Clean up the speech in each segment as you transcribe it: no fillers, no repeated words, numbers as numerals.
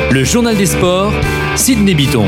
Le journal des sports, Sydney Bitton.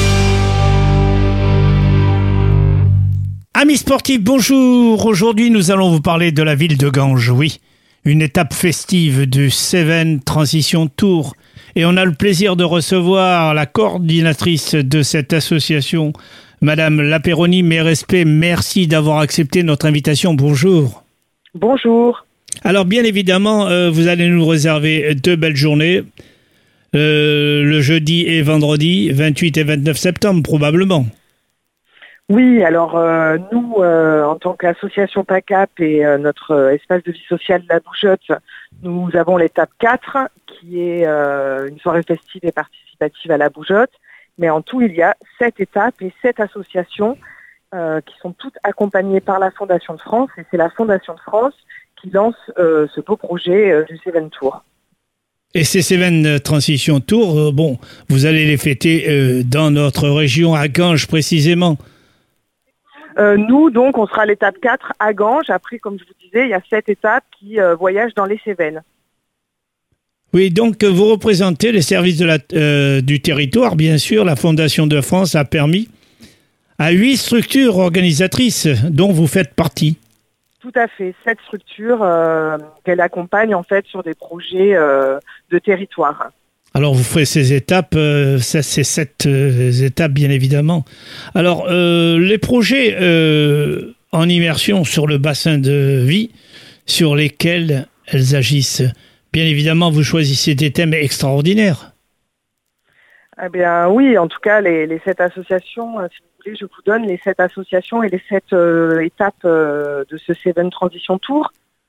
Amis sportifs, bonjour. Aujourd'hui, nous allons vous parler de la ville de Ganges. Oui, une étape festive du Seven Transition Tour. Et on a le plaisir de recevoir la coordinatrice de cette association, Madame Laperoni. Mes respects, merci d'avoir accepté notre invitation. Bonjour. Bonjour. Alors, bien évidemment, vous allez nous réserver 2 belles journées. Le jeudi et vendredi, 28 et 29 septembre, probablement. Oui, alors nous, en tant qu'association PACAP et notre espace de vie sociale La Bougeotte, nous avons l'étape 4, qui est une soirée festive et participative à La Bougeotte. Mais en tout, il y a 7 étapes et 7 associations qui sont toutes accompagnées par la Fondation de France. Et c'est la Fondation de France qui lance ce beau projet du Seven Tour. Et ces Seven Transition Tour, bon, vous allez les fêter dans notre région, à Ganges précisément. Nous, donc, on sera à l'étape 4 à Ganges. Après, comme je vous disais, il y a 7 étapes qui voyagent dans les Cévennes. Oui, donc vous représentez les services du territoire, bien sûr. La Fondation de France a permis à 8 structures organisatrices dont vous faites partie. Tout à fait, 7 structures qu'elle accompagne en fait sur des projets de territoire. Alors vous ferez ces étapes, ces 7 étapes bien évidemment. Alors les projets en immersion sur le bassin de vie sur lesquels elles agissent, bien évidemment vous choisissez des thèmes extraordinaires. Eh bien oui, en tout cas les 7 associations, si vous voulez, je vous donne les 7 associations et les 7 étapes de ce Seven Transition Tour.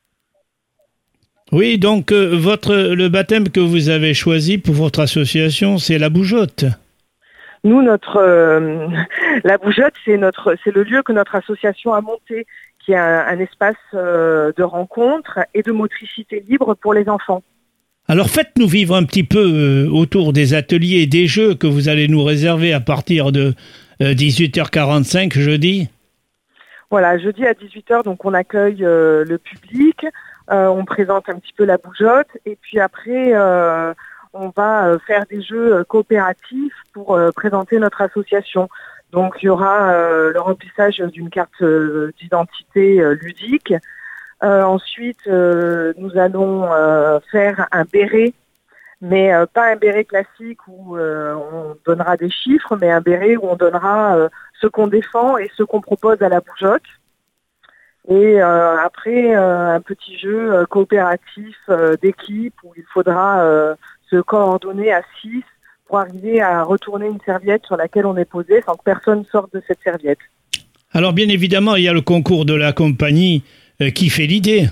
Oui, donc le baptême que vous avez choisi pour votre association, c'est La Bougeotte. Nous, La Bougeotte, c'est le lieu que notre association a monté, qui est un espace de rencontre et de motricité libre pour les enfants. Alors faites-nous vivre un petit peu autour des ateliers et des jeux que vous allez nous réserver à partir de 18h45 jeudi. Voilà, jeudi à 18h, donc on accueille le public, on présente un petit peu la bougeotte et puis après on va faire des jeux coopératifs pour présenter notre association. Donc il y aura le remplissage d'une carte d'identité ludique. Ensuite, nous allons faire un béret, mais pas un béret classique où on donnera des chiffres, mais un béret où on donnera ce qu'on défend et ce qu'on propose à la bougeotte. Et après, un petit jeu coopératif d'équipe où il faudra se coordonner à 6 pour arriver à retourner une serviette sur laquelle on est posé sans que personne sorte de cette serviette. Alors bien évidemment, il y a le concours de la compagnie qui fait l'idée.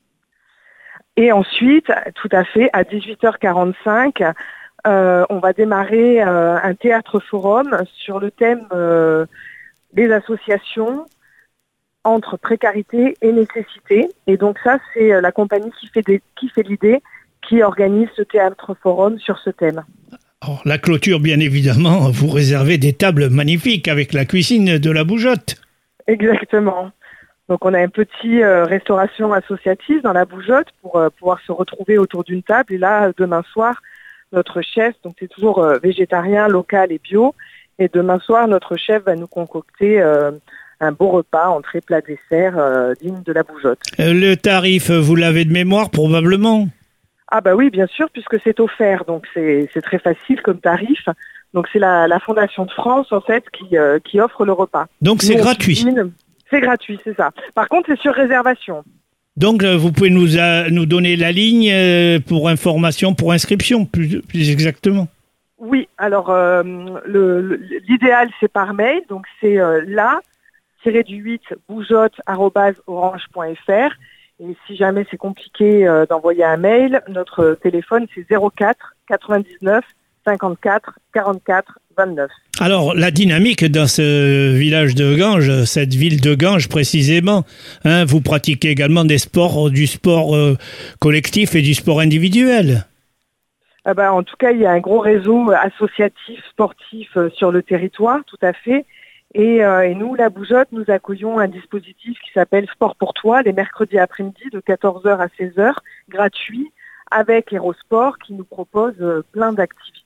Et ensuite, tout à fait, à 18h45, on va démarrer un théâtre forum sur le thème des associations entre précarité et nécessité. Et donc ça, c'est la compagnie qui fait l'idée, qui organise ce théâtre forum sur ce thème. Alors, la clôture, bien évidemment, vous réservez des tables magnifiques avec la cuisine de La Bougeotte. Exactement. Donc on a une petite restauration associative dans La Bougeotte pour pouvoir se retrouver autour d'une table. Et là, demain soir, notre chef, donc c'est toujours végétarien, local et bio. Et demain soir, notre chef va nous concocter un beau repas, entrée, plat, dessert, digne de La Bougeotte. Le tarif, vous l'avez de mémoire probablement ? Ah bah oui, bien sûr, puisque c'est offert. Donc c'est très facile comme tarif. Donc c'est la Fondation de France, en fait, qui offre le repas. Donc c'est gratuit. C'est gratuit, c'est ça. Par contre, c'est sur réservation. Donc, vous pouvez nous donner la ligne pour information, pour inscription, plus exactement. Oui, alors l'idéal, c'est par mail. Donc, c'est la-8 bougeotte@orange.fr. Et si jamais c'est compliqué d'envoyer un mail, notre téléphone, c'est 04 99 54 44 29. Alors, la dynamique dans ce village de Ganges, cette ville de Ganges précisément, vous pratiquez également du sport collectif et du sport individuel. En tout cas, il y a un gros réseau associatif, sportif sur le territoire, tout à fait. Et nous, La Bougeotte, nous accueillons un dispositif qui s'appelle Sport pour toi, les mercredis après-midi de 14h à 16h, gratuit, avec Hérosport qui nous propose plein d'activités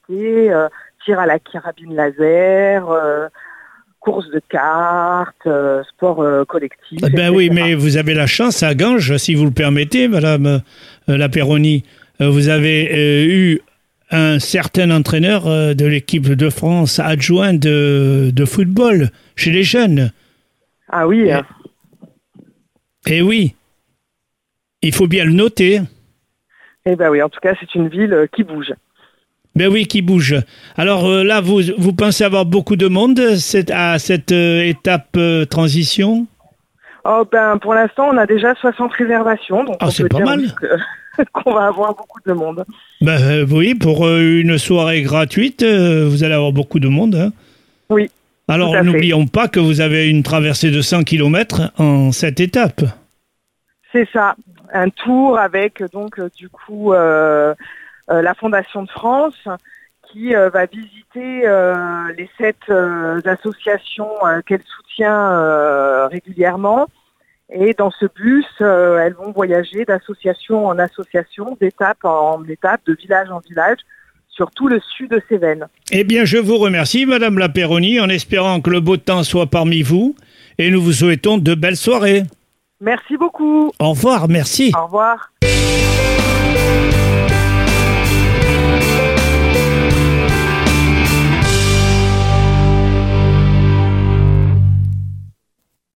activités, tir à la carabine laser, course de cartes, sport collectif. Ben oui, mais vous avez la chance à Ganges, si vous le permettez, Madame Lapeyronie. Vous avez eu un certain entraîneur de l'équipe de France adjoint de football chez les jeunes. Ah oui. Et oui, il faut bien le noter. Eh ben oui, en tout cas, c'est une ville qui bouge. Ben oui, qui bouge. Alors là, vous pensez avoir beaucoup de monde à cette étape transition? Oh ben, pour l'instant, on a déjà 60 réservations, donc on c'est peut pas dire mal. qu'on va avoir beaucoup de monde. Ben oui, pour une soirée gratuite, vous allez avoir beaucoup de monde. Hein. Oui. Alors n'oublions pas que vous avez une traversée de 100 km en cette étape. C'est ça, un tour avec donc du coup la Fondation de France qui va visiter les 7 associations qu'elle soutient régulièrement. Et dans ce bus, elles vont voyager d'association en association, d'étape en étape, de village en village, sur tout le sud de Cévennes. Eh bien, je vous remercie, Madame Lapeyronie, en espérant que le beau temps soit parmi vous. Et nous vous souhaitons de belles soirées. Merci beaucoup. Au revoir, merci. Au revoir.